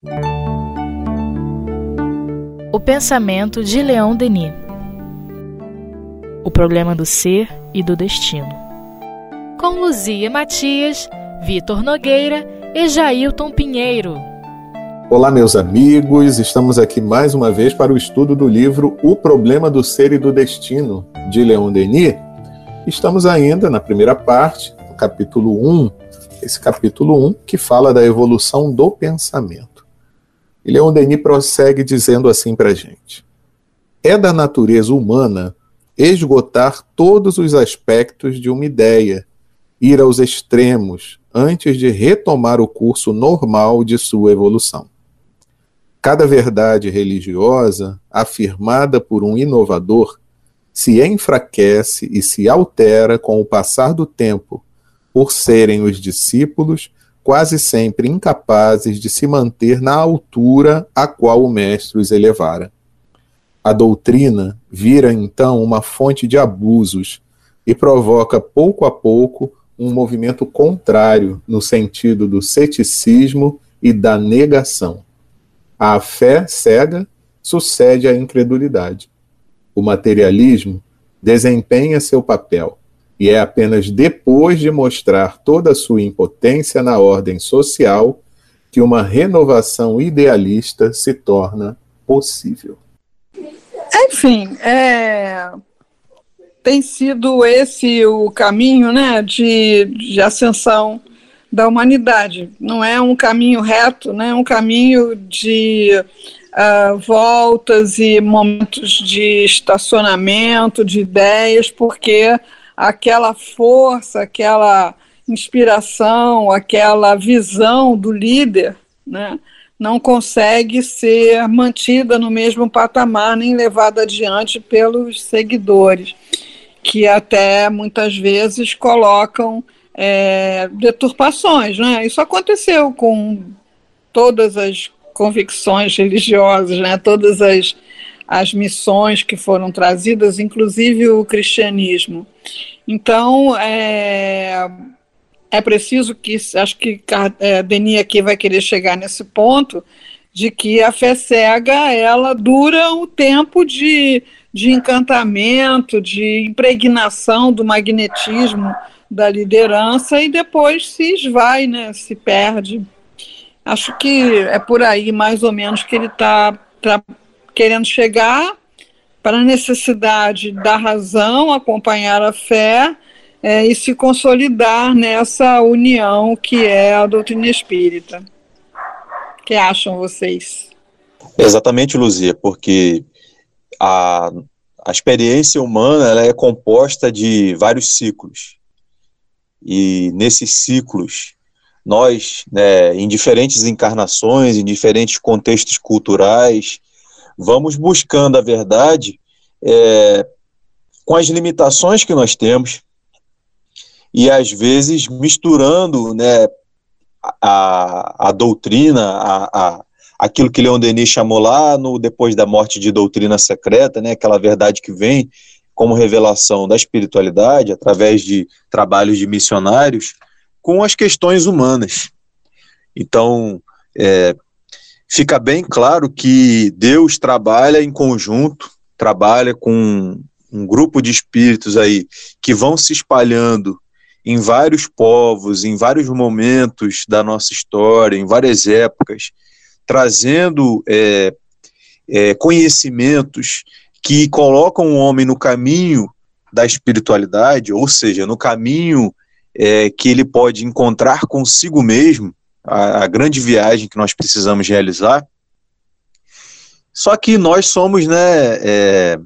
O pensamento de Leon Denis. O problema do ser e do destino. Com Luzia Matias, Vitor Nogueira e Jailton Pinheiro. Olá, meus amigos, estamos aqui mais uma vez para o estudo do livro O Problema do Ser e do Destino, de Leon Denis. Estamos ainda na primeira parte, no capítulo 1, esse capítulo 1 que fala da evolução do pensamento. E Leon Denis prossegue dizendo assim para a gente: é da natureza humana esgotar todos os aspectos de uma ideia, ir aos extremos antes de retomar o curso normal de sua evolução. Cada verdade religiosa, afirmada por um inovador, se enfraquece e se altera com o passar do tempo, por serem os discípulos quase sempre incapazes de se manter na altura a qual o mestre os elevara. A doutrina vira então uma fonte de abusos e provoca pouco a pouco um movimento contrário no sentido do ceticismo e da negação. A fé cega sucede à incredulidade. O materialismo desempenha seu papel, e é apenas depois de mostrar toda a sua impotência na ordem social que uma renovação idealista se torna possível. Enfim, tem sido esse o caminho, né, de ascensão da humanidade. Não é um caminho reto, né, é um caminho de voltas e momentos de estacionamento, de ideias, porque aquela força, aquela inspiração, aquela visão do líder, né, não consegue ser mantida no mesmo patamar, nem levada adiante pelos seguidores, que até muitas vezes colocam deturpações, né? Isso aconteceu com todas as convicções religiosas, né? Todas as missões que foram trazidas, inclusive o cristianismo. Então, é preciso que, acho que Denis aqui vai querer chegar nesse ponto, de que a fé cega, ela dura um tempo de encantamento, de impregnação do magnetismo da liderança e depois se esvai, né, se perde. Acho que é por aí, mais ou menos, que ele está querendo chegar, para a necessidade da razão acompanhar a fé e se consolidar nessa união que é a doutrina espírita. O que acham vocês? Exatamente, Luzia, porque a experiência humana, ela é composta de vários ciclos. E nesses ciclos, nós, né, em diferentes encarnações, em diferentes contextos culturais, vamos buscando a verdade com as limitações que nós temos e, às vezes, misturando, né, a doutrina, aquilo que Leon Denis chamou lá no Depois da Morte de doutrina secreta, né, aquela verdade que vem como revelação da espiritualidade, através de trabalhos de missionários, com as questões humanas. Então, fica bem claro que Deus trabalha em conjunto, trabalha com um grupo de espíritos aí que vão se espalhando em vários povos, em vários momentos da nossa história, em várias épocas, trazendo conhecimentos que colocam o homem no caminho da espiritualidade, ou seja, no caminho que ele pode encontrar consigo mesmo, a grande viagem que nós precisamos realizar. Só que nós somos, né,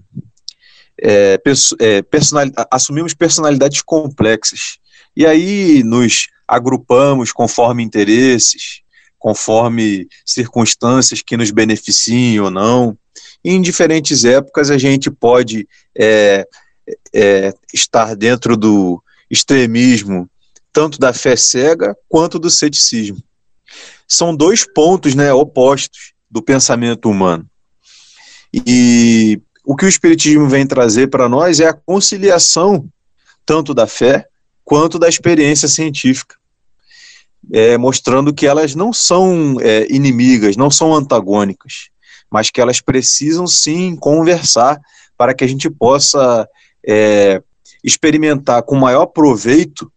assumimos personalidades complexas, e aí nos agrupamos conforme interesses, conforme circunstâncias que nos beneficiem ou não. E em diferentes épocas a gente pode estar dentro do extremismo, tanto da fé cega quanto do ceticismo. São dois pontos, né, opostos do pensamento humano. E o que o Espiritismo vem trazer para nós é a conciliação tanto da fé quanto da experiência científica. mostrando que elas não são inimigas, não são antagônicas, mas que elas precisam sim conversar para que a gente possa experimentar com maior proveito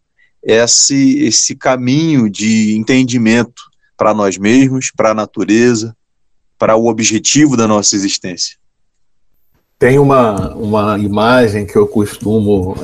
esse caminho de entendimento para nós mesmos, para a natureza, para o objetivo da nossa existência. Tem uma imagem que eu costumo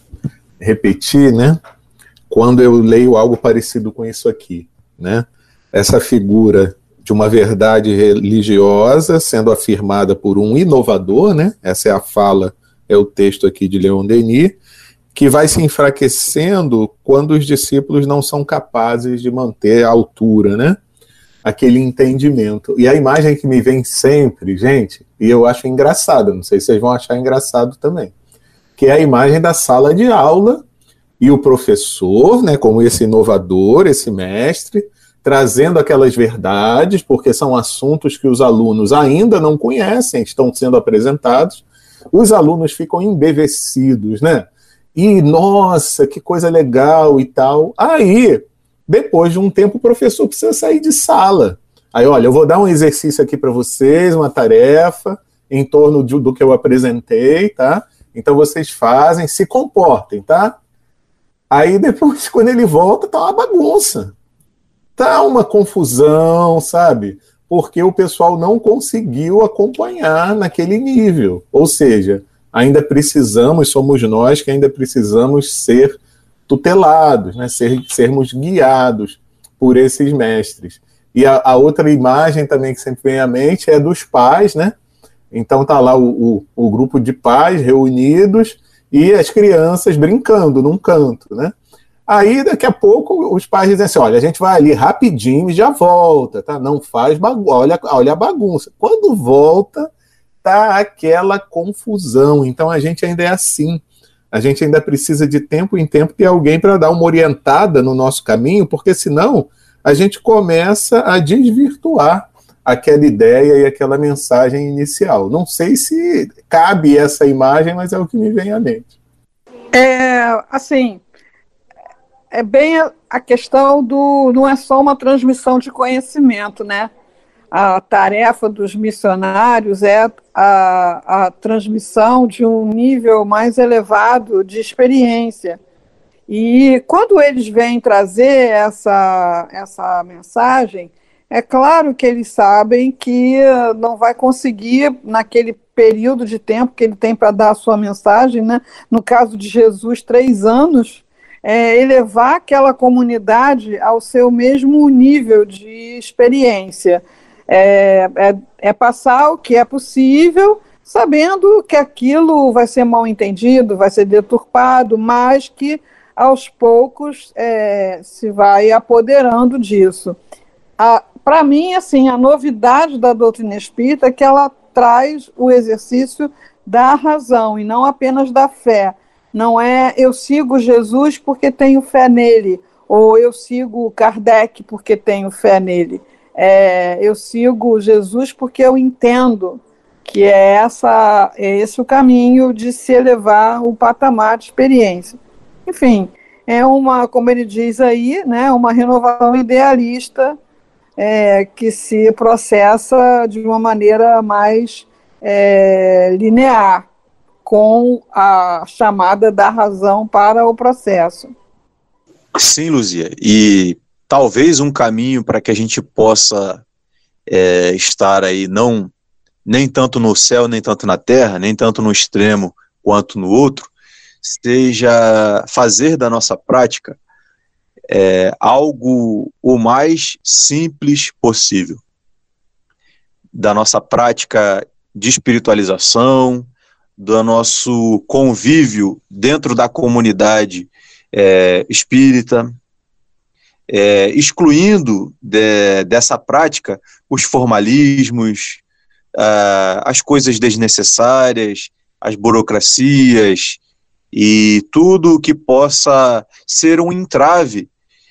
repetir, né? Quando eu leio algo parecido com isso aqui, né? Essa figura de uma verdade religiosa sendo afirmada por um inovador, né? Essa é a fala, é o texto aqui de Leon Denis, que vai se enfraquecendo quando os discípulos não são capazes de manter a altura, né? Aquele entendimento. E a imagem que me vem sempre, gente, e eu acho engraçada, não sei se vocês vão achar engraçado também, que é a imagem da sala de aula e o professor, né, como esse inovador, esse mestre, trazendo aquelas verdades, porque são assuntos que os alunos ainda não conhecem, estão sendo apresentados, os alunos ficam embevecidos, né? E, nossa, que coisa legal e tal. Aí, depois de um tempo, o professor precisa sair de sala. Aí, olha, eu vou dar um exercício aqui para vocês, uma tarefa, em torno do que eu apresentei, tá? Então, vocês fazem, se comportem, tá? Aí, depois, quando ele volta, tá uma bagunça. Tá uma confusão, sabe? Porque o pessoal não conseguiu acompanhar naquele nível. Ou seja, ainda precisamos, somos nós que ainda precisamos ser tutelados, né? Sermos guiados por esses mestres. E a outra imagem também que sempre vem à mente é dos pais, né? Então tá lá o grupo de pais reunidos e as crianças brincando num canto, né? Aí, daqui a pouco, os pais dizem assim, olha, a gente vai ali rapidinho e já volta, tá? Não faz bagunça, olha a bagunça. Quando volta, tá aquela confusão. Então, a gente ainda é assim. A gente ainda precisa de tempo em tempo ter alguém para dar uma orientada no nosso caminho, porque senão a gente começa a desvirtuar aquela ideia e aquela mensagem inicial. Não sei se cabe essa imagem, mas é o que me vem à mente. É bem a questão não é só uma transmissão de conhecimento, né? A tarefa dos missionários é a transmissão de um nível mais elevado de experiência. E quando eles vêm trazer essa mensagem, é claro que eles sabem que não vai conseguir, naquele período de tempo que ele tem para dar a sua mensagem, né? No caso de Jesus, 3 anos, elevar aquela comunidade ao seu mesmo nível de experiência. É passar o que é possível, sabendo que aquilo vai ser mal entendido, vai ser deturpado, mas que aos poucos se vai apoderando disso. Para mim, assim, a novidade da doutrina espírita é que ela traz o exercício da razão e não apenas da fé. Não é eu sigo Jesus porque tenho fé nele, ou eu sigo Kardec porque tenho fé nele. Eu sigo Jesus porque eu entendo que é esse o caminho de se elevar o patamar de experiência. Enfim, como ele diz aí, né, uma renovação idealista que se processa de uma maneira mais linear, com a chamada da razão para o processo. Sim, Luzia, e talvez um caminho para que a gente possa estar aí nem tanto no céu, nem tanto na terra, nem tanto no extremo quanto no outro, seja fazer da nossa prática algo o mais simples possível. Da nossa prática de espiritualização, do nosso convívio dentro da comunidade espírita, excluindo dessa prática os formalismos, as coisas desnecessárias, as burocracias e tudo que possa ser um entrave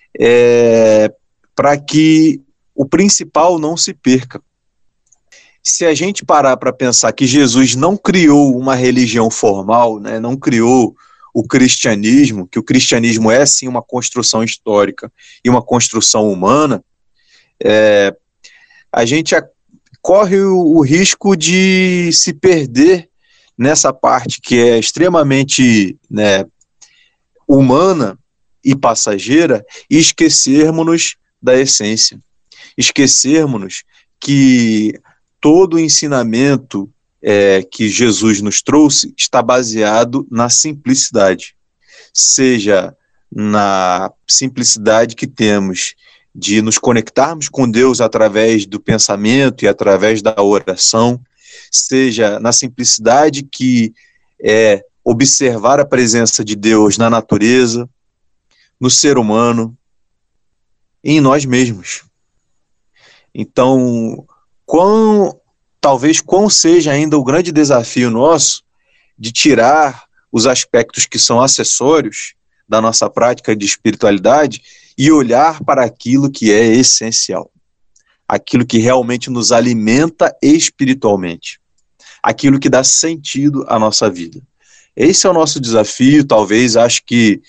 para que o principal não se perca. Se a gente parar para pensar que Jesus não criou uma religião formal, né, não criou o cristianismo, que o cristianismo é sim uma construção histórica e uma construção humana, a gente corre o risco de se perder nessa parte que é extremamente, né, humana e passageira, e esquecermos-nos da essência. Esquecermos que todo o ensinamento que Jesus nos trouxe está baseado na simplicidade. Seja na simplicidade que temos de nos conectarmos com Deus através do pensamento e através da oração, seja na simplicidade que é observar a presença de Deus na natureza, no ser humano, e em nós mesmos. Então, talvez qual seja ainda o grande desafio nosso de tirar os aspectos que são acessórios da nossa prática de espiritualidade e olhar para aquilo que é essencial, aquilo que realmente nos alimenta espiritualmente, aquilo que dá sentido à nossa vida. Esse é o nosso desafio. Talvez, acho que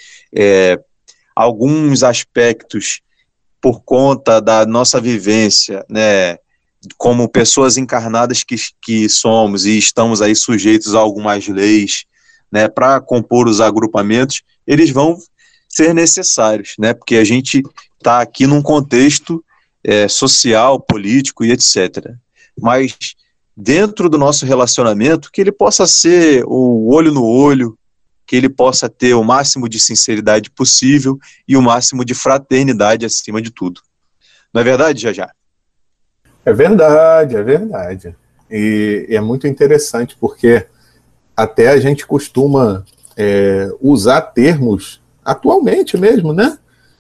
alguns aspectos, por conta da nossa vivência, né, como pessoas encarnadas que somos e estamos aí sujeitos a algumas leis, né, para compor os agrupamentos, eles vão ser necessários, né, porque a gente está aqui num contexto social, político e etc. Mas dentro do nosso relacionamento, que ele possa ser o olho no olho, que ele possa ter o máximo de sinceridade possível e o máximo de fraternidade acima de tudo. Não é verdade, Jajá? É verdade, é verdade. E é muito interessante, porque até a gente costuma usar termos, atualmente mesmo, né?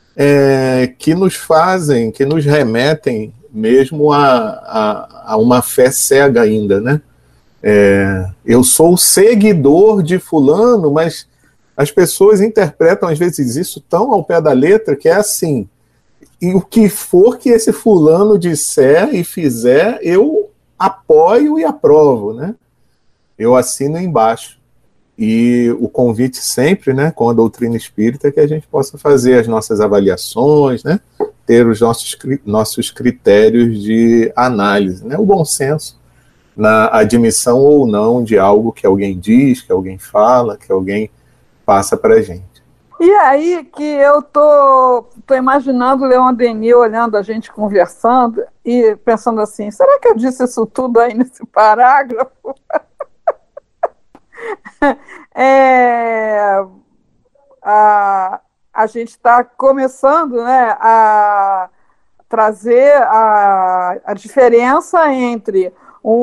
Que nos fazem, que nos remetem mesmo a uma fé cega ainda, né? Eu sou seguidor de fulano, mas as pessoas interpretam às vezes isso tão ao pé da letra que é assim: e o que for que esse fulano disser e fizer, eu apoio e aprovo, né? Eu assino embaixo. E o convite sempre, né, com a doutrina espírita, é que a gente possa fazer as nossas avaliações, né, ter os nossos critérios de análise, né, o bom senso na admissão ou não de algo que alguém diz, que alguém fala, que alguém passa para a gente. E aí que eu tô imaginando o Leon Denis olhando a gente conversando e pensando assim, será que eu disse isso tudo aí nesse parágrafo? A gente está começando, né, a trazer a diferença entre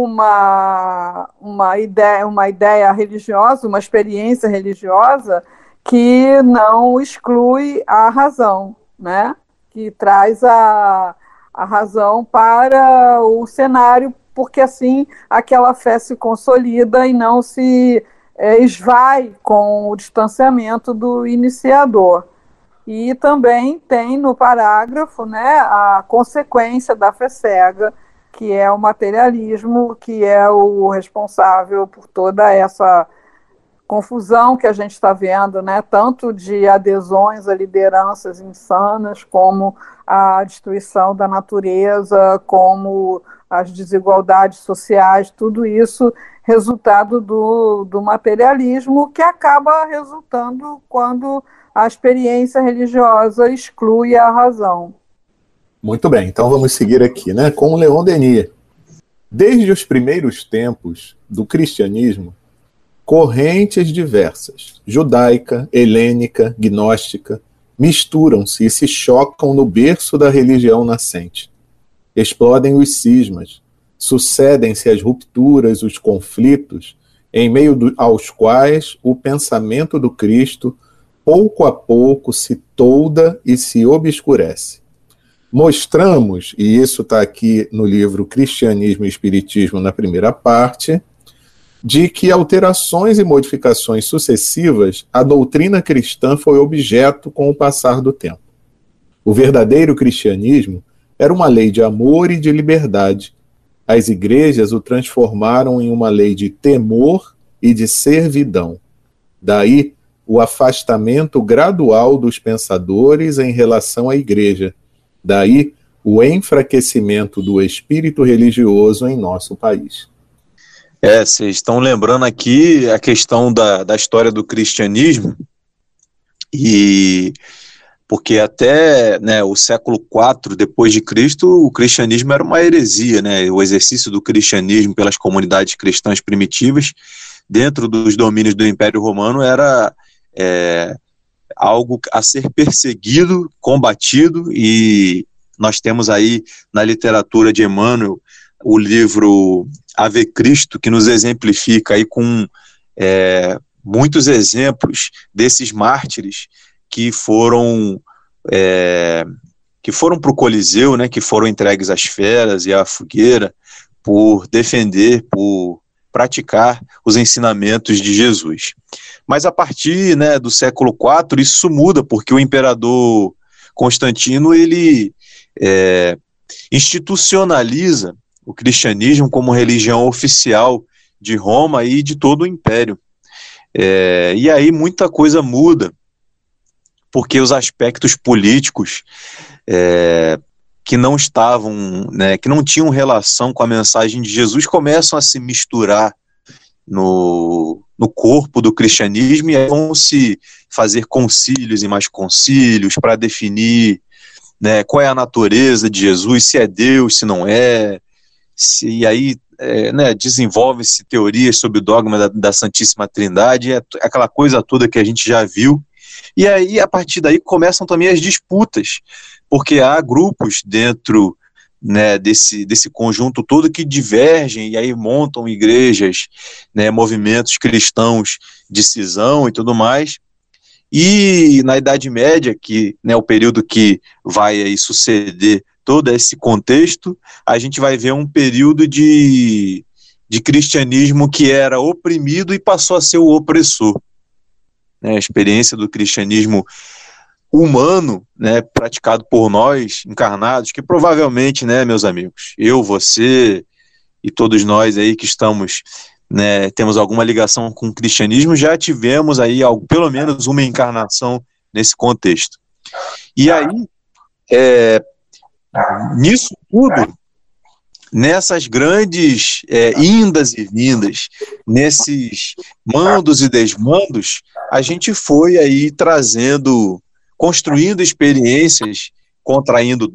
uma ideia religiosa, uma experiência religiosa que não exclui a razão, né? Que traz a razão para o cenário, porque assim aquela fé se consolida e não se esvai com o distanciamento do iniciador. E também tem no parágrafo, né, a consequência da fé cega, que é o materialismo, que é o responsável por toda essa confusão que a gente está vendo, né, tanto de adesões a lideranças insanas, como a destruição da natureza, como as desigualdades sociais, tudo isso resultado do materialismo, que acaba resultando quando a experiência religiosa exclui a razão. Muito bem, então vamos seguir aqui, né, com o Leon Denis. Desde os primeiros tempos do cristianismo, correntes diversas, judaica, helênica, gnóstica, misturam-se e se chocam no berço da religião nascente. Explodem os cismas, sucedem-se as rupturas, os conflitos, em meio aos quais o pensamento do Cristo, pouco a pouco, se tolda e se obscurece. Mostramos, e isso está aqui no livro Cristianismo e Espiritismo, na primeira parte, de que alterações e modificações sucessivas, a doutrina cristã foi objeto com o passar do tempo. O verdadeiro cristianismo era uma lei de amor e de liberdade. As igrejas o transformaram em uma lei de temor e de servidão. Daí, o afastamento gradual dos pensadores em relação à igreja. Daí, o enfraquecimento do espírito religioso em nosso país. Vocês estão lembrando aqui a questão da história do cristianismo, e porque até, né, o século IV depois de Cristo, o cristianismo era uma heresia, né? O exercício do cristianismo pelas comunidades cristãs primitivas dentro dos domínios do Império Romano era algo a ser perseguido, combatido, e nós temos aí na literatura de Emmanuel o livro Ave Cristo, que nos exemplifica aí com muitos exemplos desses mártires que foram para o Coliseu, né, que foram entregues às feras e à fogueira por defender, por praticar os ensinamentos de Jesus. Mas a partir, né, do século IV, isso muda, porque o imperador Constantino, ele institucionaliza o cristianismo como religião oficial de Roma e de todo o império. E aí muita coisa muda, porque os aspectos políticos que não estavam, né, que não tinham relação com a mensagem de Jesus, começam a se misturar no corpo do cristianismo, e vão se fazer concílios e mais concílios para definir, né, qual é a natureza de Jesus, se é Deus, se não é, e aí né, desenvolve-se teorias sobre o dogma da Santíssima Trindade, aquela coisa toda que a gente já viu. E aí, a partir daí, começam também as disputas, porque há grupos dentro, né, desse conjunto todo que divergem, e aí montam igrejas, né, movimentos cristãos de cisão e tudo mais. E na Idade Média, que, né, o período que vai aí suceder todo esse contexto, a gente vai ver um período de cristianismo que era oprimido e passou a ser o opressor. A experiência do cristianismo humano, né, praticado por nós, encarnados, que provavelmente, né, meus amigos, eu, você e todos nós aí que estamos, né, temos alguma ligação com o cristianismo, já tivemos aí pelo menos uma encarnação nesse contexto. E aí, nisso tudo, nessas grandes indas e vindas, nesses mandos e desmandos, a gente foi aí construindo experiências, contraindo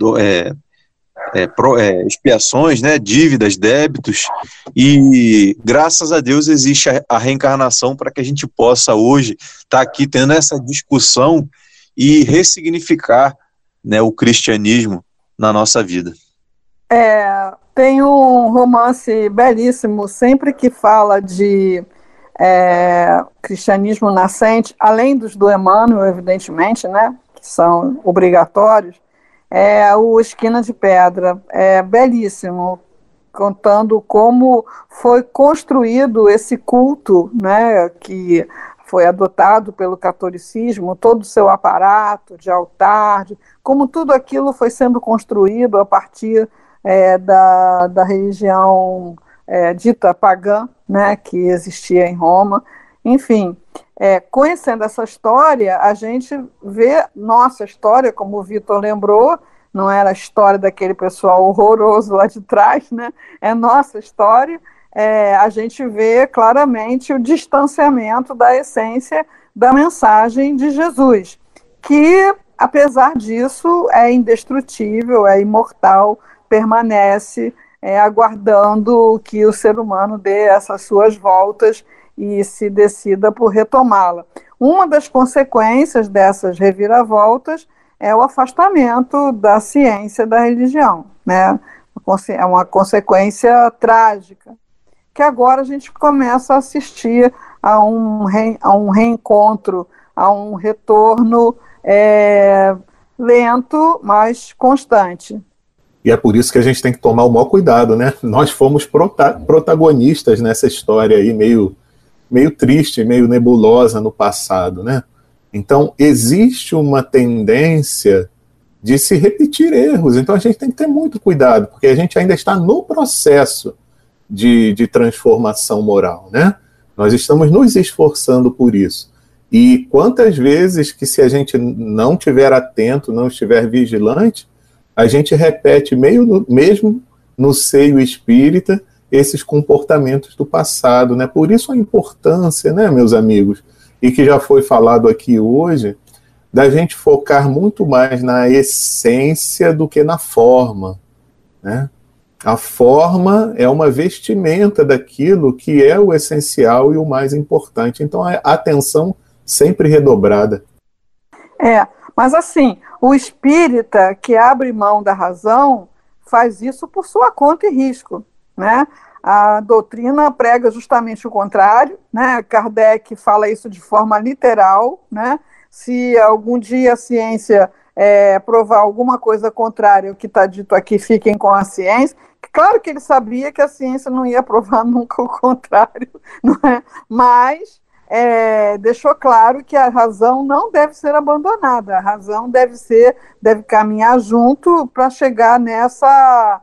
expiações, né, dívidas, débitos, e graças a Deus existe a reencarnação para que a gente possa hoje estar aqui tendo essa discussão e ressignificar, né, o cristianismo na nossa vida. Tem um romance belíssimo, sempre que fala de cristianismo nascente, além dos do Emmanuel, evidentemente, né, que são obrigatórios, o Esquina de Pedra. É belíssimo, contando como foi construído esse culto, né, que foi adotado pelo catolicismo, todo o seu aparato de altar, como tudo aquilo foi sendo construído a partir da religião dita pagã, né, que existia em Roma. Enfim, conhecendo essa história, a gente vê nossa história, como o Vitor lembrou, não era a história daquele pessoal horroroso lá de trás, né? É nossa história. A gente vê claramente o distanciamento da essência da mensagem de Jesus, que, apesar disso, é indestrutível, é imortal, permanece aguardando que o ser humano dê essas suas voltas e se decida por retomá-la. Uma das consequências dessas reviravoltas é o afastamento da ciência da religião, né? É uma consequência trágica, que agora a gente começa a assistir a um reencontro, a um retorno lento, mas constante. E é por isso que a gente tem que tomar o maior cuidado, né? Nós fomos protagonistas nessa história aí, meio triste, meio nebulosa no passado, né? Então, existe uma tendência de se repetir erros. Então, a gente tem que ter muito cuidado, porque a gente ainda está no processo de transformação moral, né? Nós estamos nos esforçando por isso. E quantas vezes que, se a gente não estiver atento, não estiver vigilante, a gente repete mesmo no seio espírita esses comportamentos do passado, né? Por isso a importância, né, meus amigos, e que já foi falado aqui hoje, da gente focar muito mais na essência do que na forma, né? A forma é uma vestimenta daquilo que é o essencial e o mais importante. Então, a atenção sempre redobrada. Mas assim, o espírita que abre mão da razão faz isso por sua conta e risco, né? A doutrina prega justamente o contrário, né? Kardec fala isso de forma literal, né? Se algum dia a ciência provar alguma coisa contrária ao que está dito aqui, fiquem com a ciência. Claro que ele sabia que a ciência não ia provar nunca o contrário, não é? Mas deixou claro que a razão não deve ser abandonada, a razão deve caminhar junto para chegar nessa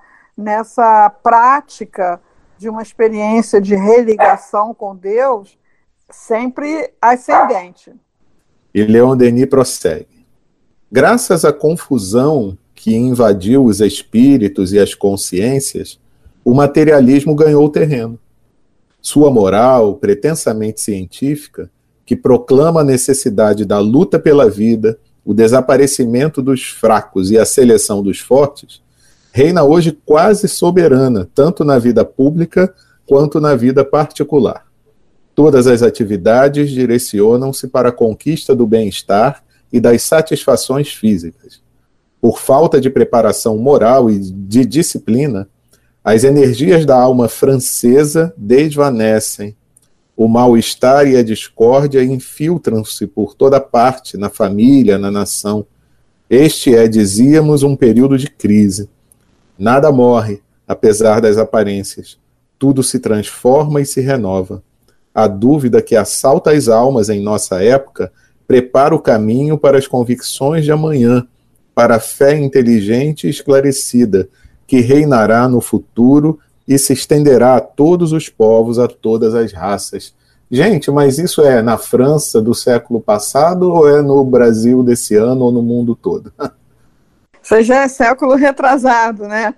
prática de uma experiência de religação com Deus sempre ascendente. E Leon Denis prossegue. Graças à confusão que invadiu os espíritos e as consciências, o materialismo ganhou terreno. Sua moral, pretensamente científica, que proclama a necessidade da luta pela vida, o desaparecimento dos fracos e a seleção dos fortes, reina hoje quase soberana, tanto na vida pública quanto na vida particular. Todas as atividades direcionam-se para a conquista do bem-estar e das satisfações físicas. Por falta de preparação moral e de disciplina, as energias da alma francesa desvanecem. O mal-estar e a discórdia infiltram-se por toda parte, na família, na nação. Este é, dizíamos, um período de crise. Nada morre, apesar das aparências. Tudo se transforma e se renova. A dúvida que assalta as almas em nossa época prepara o caminho para as convicções de amanhã, para a fé inteligente e esclarecida, que reinará no futuro e se estenderá a todos os povos, a todas as raças. Gente, mas isso é na França do século passado ou é no Brasil desse ano ou no mundo todo? Isso já é século retrasado, né?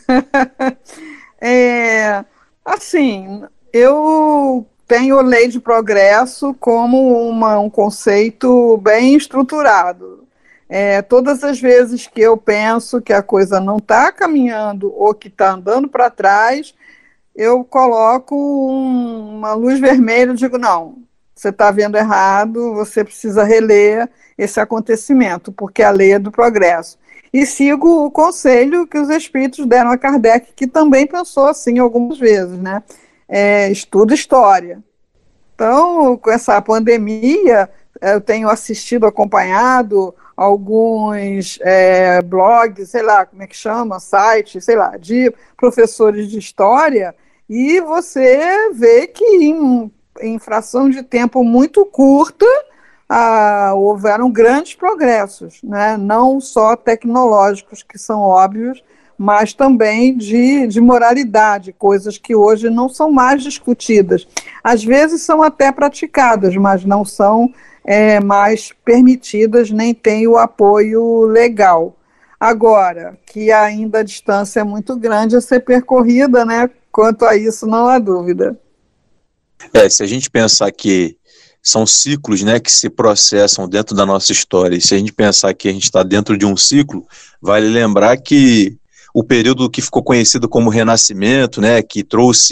Assim, eu tenho a lei de progresso como um conceito bem estruturado. Todas as vezes que eu penso que a coisa não está caminhando ou que está andando para trás, eu coloco uma luz vermelha e digo, não, você está vendo errado, você precisa reler esse acontecimento, porque a lei é do progresso. E sigo o conselho que os espíritos deram a Kardec, que também pensou assim algumas vezes, né? Estuda história. Então, com essa pandemia, eu tenho acompanhado alguns blogs, sei lá, como é que chama, sites, sei lá, de professores de história, e você vê que em fração de tempo muito curta, houveram grandes progressos, né? Não só tecnológicos, que são óbvios, mas também de moralidade, coisas que hoje não são mais discutidas. Às vezes são até praticadas, mas não são mais permitidas, nem têm o apoio legal. Agora, que ainda a distância é muito grande a ser percorrida, né? Quanto a isso, não há dúvida. Se a gente pensar que são ciclos, né, que se processam dentro da nossa história, e se a gente pensar que a gente está dentro de um ciclo, vale lembrar que o período que ficou conhecido como Renascimento, né, que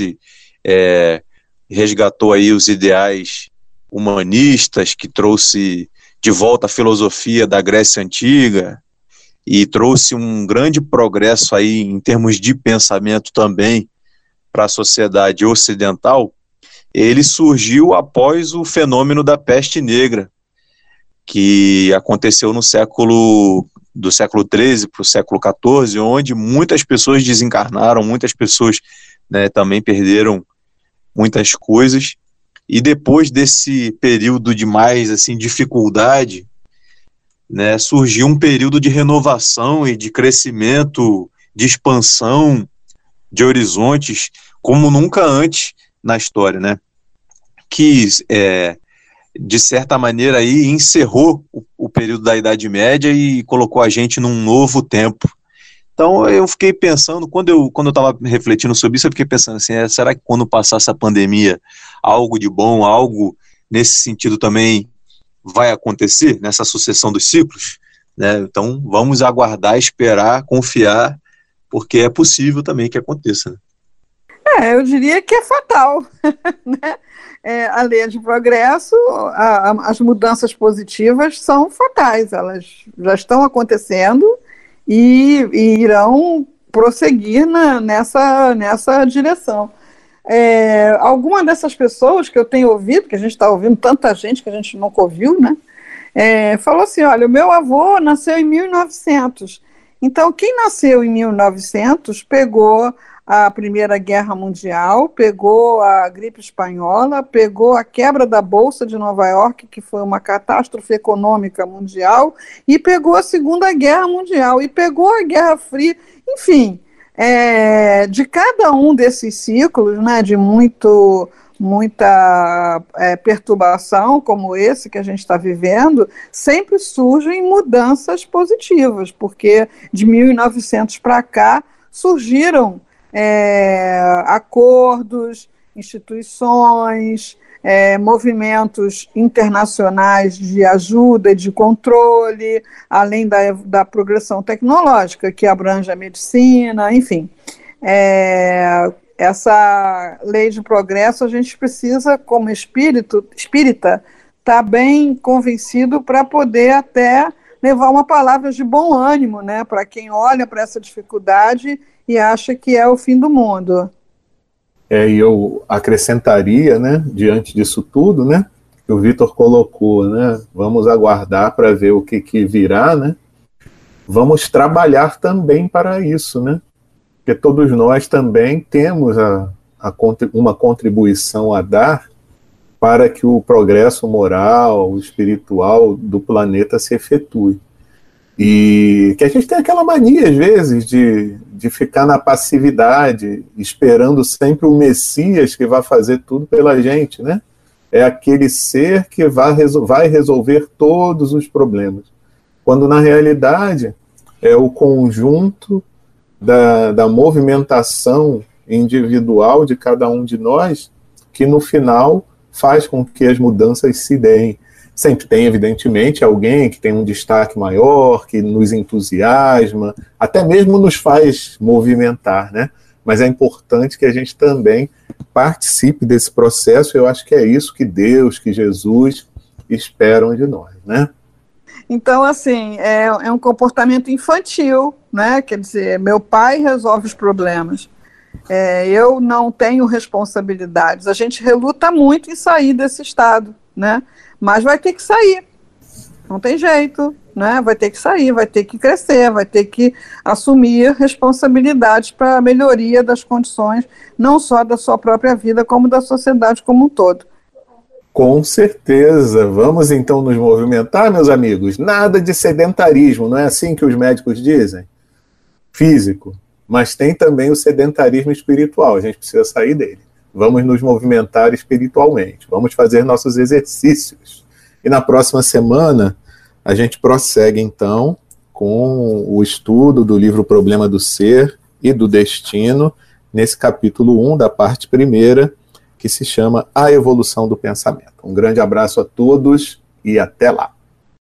resgatou aí os ideais humanistas, que trouxe de volta a filosofia da Grécia Antiga e trouxe um grande progresso aí em termos de pensamento também para a sociedade ocidental, ele surgiu após o fenômeno da peste negra, que aconteceu do século XIII para o século XIV, onde muitas pessoas desencarnaram, muitas pessoas, né, também perderam muitas coisas, e depois desse período de mais assim, dificuldade, né, surgiu um período de renovação e de crescimento, de expansão de horizontes, como nunca antes na história, né? Que de certa maneira, aí encerrou o período da Idade Média e colocou a gente num novo tempo. Então, eu fiquei pensando, quando eu estava refletindo sobre isso, eu fiquei pensando assim, será que quando passar essa pandemia, algo de bom, algo nesse sentido também vai acontecer, nessa sucessão dos ciclos? Né? Então, vamos aguardar, esperar, confiar, porque é possível também que aconteça. Né? Eu diria que é fatal. Né? A lei de progresso, as mudanças positivas são fatais, elas já estão acontecendo e irão prosseguir nessa direção. Alguma dessas pessoas que eu tenho ouvido, que a gente está ouvindo tanta gente que a gente nunca ouviu, né? Falou assim, olha, o meu avô nasceu em 1900, então quem nasceu em 1900 pegou a Primeira Guerra Mundial, pegou a gripe espanhola, pegou a quebra da Bolsa de Nova York, que foi uma catástrofe econômica mundial, e pegou a Segunda Guerra Mundial, e pegou a Guerra Fria, enfim, de cada um desses ciclos, né, de muita perturbação, como esse que a gente está vivendo, sempre surgem mudanças positivas, porque de 1900 para cá surgiram acordos, instituições, movimentos internacionais de ajuda e de controle, além da progressão tecnológica, que abrange a medicina, enfim. Essa lei de progresso, a gente precisa, como espírita, estar bem convencido para poder até levar uma palavra de bom ânimo, né, para quem olha para essa dificuldade e acha que é o fim do mundo. E eu acrescentaria, né, diante disso tudo, né, que o Vitor colocou, né, vamos aguardar para ver o que virá, né, vamos trabalhar também para isso, né, porque todos nós também temos uma contribuição a dar para que o progresso moral, espiritual do planeta se efetue. E que a gente tem aquela mania, às vezes, de ficar na passividade, esperando sempre o Messias que vai fazer tudo pela gente, né? É aquele ser que vai resolver todos os problemas. Quando, na realidade, é o conjunto da movimentação individual de cada um de nós que, no final, faz com que as mudanças se deem. Sempre tem, evidentemente, alguém que tem um destaque maior, que nos entusiasma, até mesmo nos faz movimentar, né? Mas é importante que a gente também participe desse processo. Eu acho que é isso que Deus, que Jesus esperam de nós, né? Então, assim, é um comportamento infantil, né? Quer dizer, meu pai resolve os problemas. Eu não tenho responsabilidades. A gente reluta muito em sair desse estado, né? Mas vai ter que sair, não tem jeito, né? Vai ter que sair, vai ter que crescer, vai ter que assumir responsabilidades para a melhoria das condições, não só da sua própria vida, como da sociedade como um todo. Com certeza. Vamos então nos movimentar, meus amigos. Nada de sedentarismo, não é assim que os médicos dizem? Físico, mas tem também o sedentarismo espiritual, a gente precisa sair dele. Vamos nos movimentar espiritualmente, vamos fazer nossos exercícios. E na próxima semana, a gente prossegue, então, com o estudo do livro Problema do Ser e do Destino, nesse capítulo 1 da parte primeira, que se chama A Evolução do Pensamento. Um grande abraço a todos e até lá.